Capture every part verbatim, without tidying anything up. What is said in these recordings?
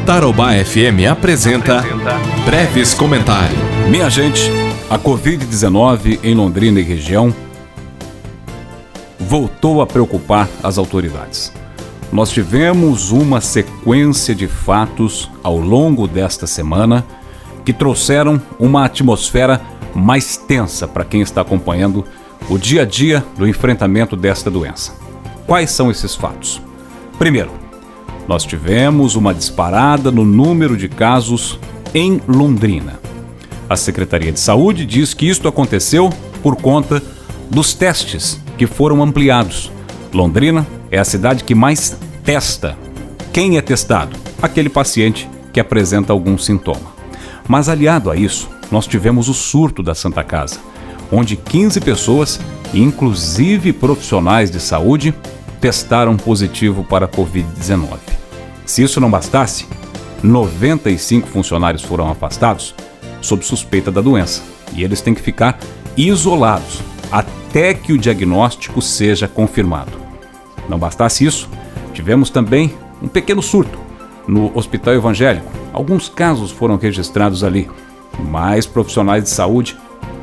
Tarobá F M apresenta Breves Comentários. Minha gente, a covid dezenove em Londrina e região voltou a preocupar as autoridades. Nós tivemos uma sequência de fatos ao longo desta semana que trouxeram uma atmosfera mais tensa para quem está acompanhando o dia a dia do enfrentamento desta doença. Quais são esses fatos? Primeiro, nós tivemos uma disparada no número de casos em Londrina. A Secretaria de Saúde diz que isto aconteceu por conta dos testes que foram ampliados. Londrina é a cidade que mais testa. Quem é testado? Aquele paciente que apresenta algum sintoma. Mas aliado a isso, nós tivemos o surto da Santa Casa, onde quinze pessoas, inclusive profissionais de saúde, testaram positivo para a covid dezenove. Se isso não bastasse, noventa e cinco funcionários foram afastados sob suspeita da doença e eles têm que ficar isolados até que o diagnóstico seja confirmado. Não bastasse isso, tivemos também um pequeno surto no Hospital Evangélico. Alguns casos foram registrados ali, mais profissionais de saúde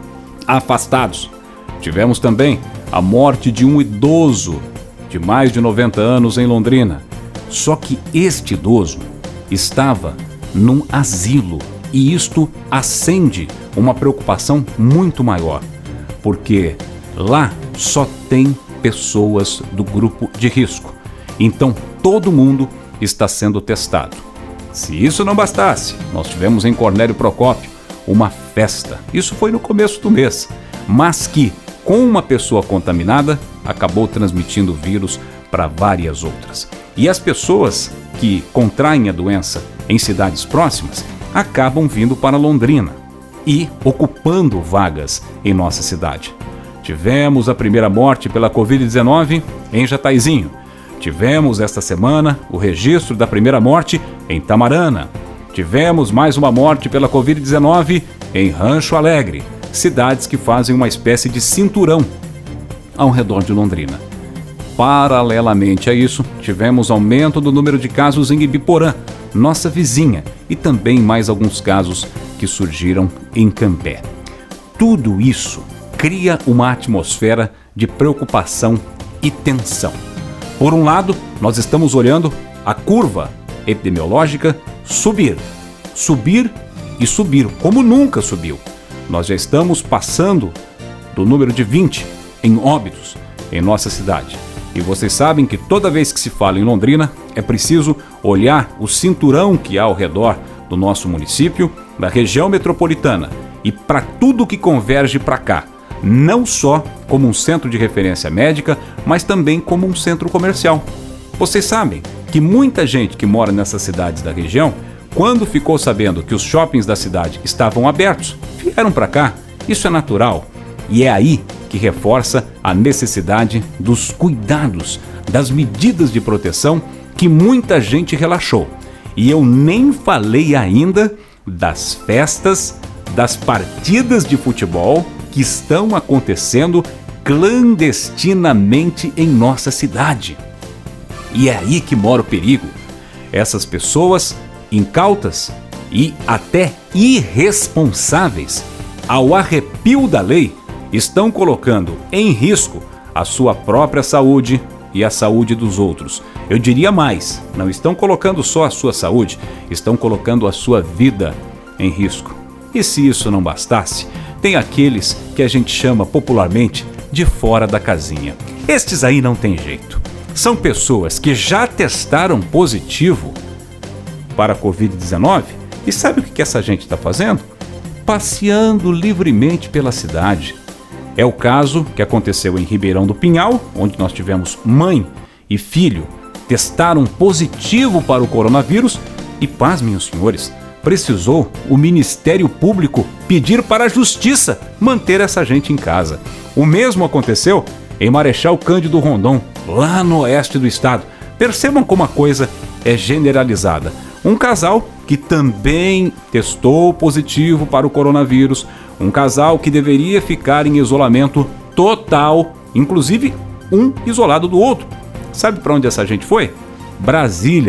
afastados. Tivemos também a morte de um idoso de mais de noventa anos em Londrina. Só que este idoso estava num asilo e isto acende uma preocupação muito maior, porque lá só tem pessoas do grupo de risco. Então todo mundo está sendo testado. Se isso não bastasse, nós tivemos em Cornélio Procópio uma festa. Isso foi no começo do mês, mas que com uma pessoa contaminada acabou transmitindo o vírus para várias outras. E as pessoas que contraem a doença em cidades próximas acabam vindo para Londrina e ocupando vagas em nossa cidade. Tivemos a primeira morte pela covid dezenove em Jataizinho. Tivemos esta semana o registro da primeira morte em Tamarana. Tivemos mais uma morte pela covid dezenove em Rancho Alegre, cidades que fazem uma espécie de cinturão ao redor de Londrina. Paralelamente a isso, tivemos aumento do número de casos em Ibiporã, nossa vizinha, e também mais alguns casos que surgiram em Cambé. Tudo isso cria uma atmosfera de preocupação e tensão. Por um lado, nós estamos olhando a curva epidemiológica subir, subir e subir, como nunca subiu. Nós já estamos passando do número de vinte em óbitos em nossa cidade. E vocês sabem que toda vez que se fala em Londrina, é preciso olhar o cinturão que há ao redor do nosso município, da região metropolitana e para tudo que converge para cá, não só como um centro de referência médica, mas também como um centro comercial. Vocês sabem que muita gente que mora nessas cidades da região, quando ficou sabendo que os shoppings da cidade estavam abertos, vieram para cá. Isso é natural. E é aí que reforça a necessidade dos cuidados, das medidas de proteção que muita gente relaxou. E eu nem falei ainda das festas, das partidas de futebol que estão acontecendo clandestinamente em nossa cidade. E é aí que mora o perigo. Essas pessoas incautas e até irresponsáveis, ao arrepio da lei, estão colocando em risco a sua própria saúde e a saúde dos outros. Eu diria mais, não estão colocando só a sua saúde, estão colocando a sua vida em risco. E se isso não bastasse, tem aqueles que a gente chama popularmente de fora da casinha. Estes aí não tem jeito. São pessoas que já testaram positivo para a covid dezenove e sabe o que essa gente está fazendo? Passeando livremente pela cidade. É o caso que aconteceu em Ribeirão do Pinhal, onde nós tivemos mãe e filho testaram positivo para o coronavírus e, pasmem os senhores, precisou o Ministério Público pedir para a Justiça manter essa gente em casa. O mesmo aconteceu em Marechal Cândido Rondon, lá no oeste do estado. Percebam como a coisa é generalizada. Um casal que também testou positivo para o coronavírus, um casal que deveria ficar em isolamento total, inclusive um isolado do outro. Sabe para onde essa gente foi? Brasília,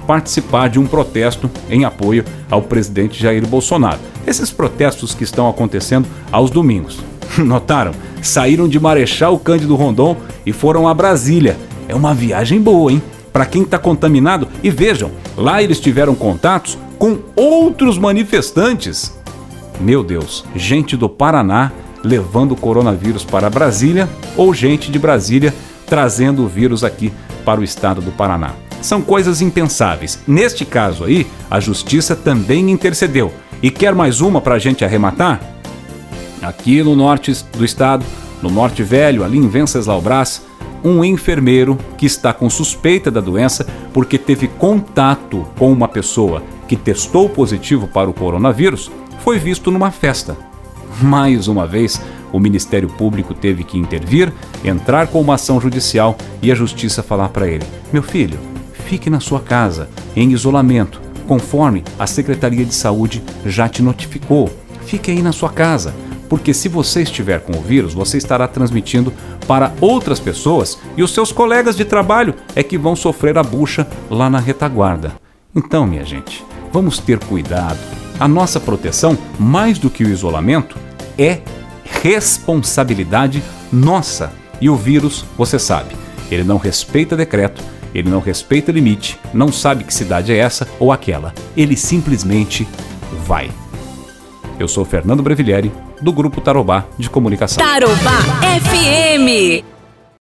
participar de um protesto em apoio ao presidente Jair Bolsonaro. Esses protestos que estão acontecendo aos domingos. Notaram? Saíram de Marechal Cândido Rondon e foram a Brasília. É uma viagem boa, hein? Para quem está contaminado. E vejam, lá eles tiveram contatos com outros manifestantes. Meu Deus, gente do Paraná levando o coronavírus para Brasília ou gente de Brasília trazendo o vírus aqui para o estado do Paraná. São coisas impensáveis. Neste caso aí, a justiça também intercedeu. E quer mais uma para a gente arrematar? Aqui no norte do estado, no Norte Velho, ali em Venceslau Braz, um enfermeiro que está com suspeita da doença porque teve contato com uma pessoa que testou positivo para o coronavírus, foi visto numa festa. Mais uma vez, o Ministério Público teve que intervir, entrar com uma ação judicial e a justiça falar para ele: meu filho, fique na sua casa, em isolamento, conforme a Secretaria de Saúde já te notificou. Fique aí na sua casa, porque se você estiver com o vírus, você estará transmitindo para outras pessoas e os seus colegas de trabalho é que vão sofrer a bucha lá na retaguarda. Então, minha gente, vamos ter cuidado. A nossa proteção, mais do que o isolamento, é responsabilidade nossa. E o vírus, você sabe, ele não respeita decreto, ele não respeita limite, não sabe que cidade é essa ou aquela. Ele simplesmente vai. Eu sou Fernando Brevilieri, do Grupo Tarobá de Comunicação. Tarobá F M.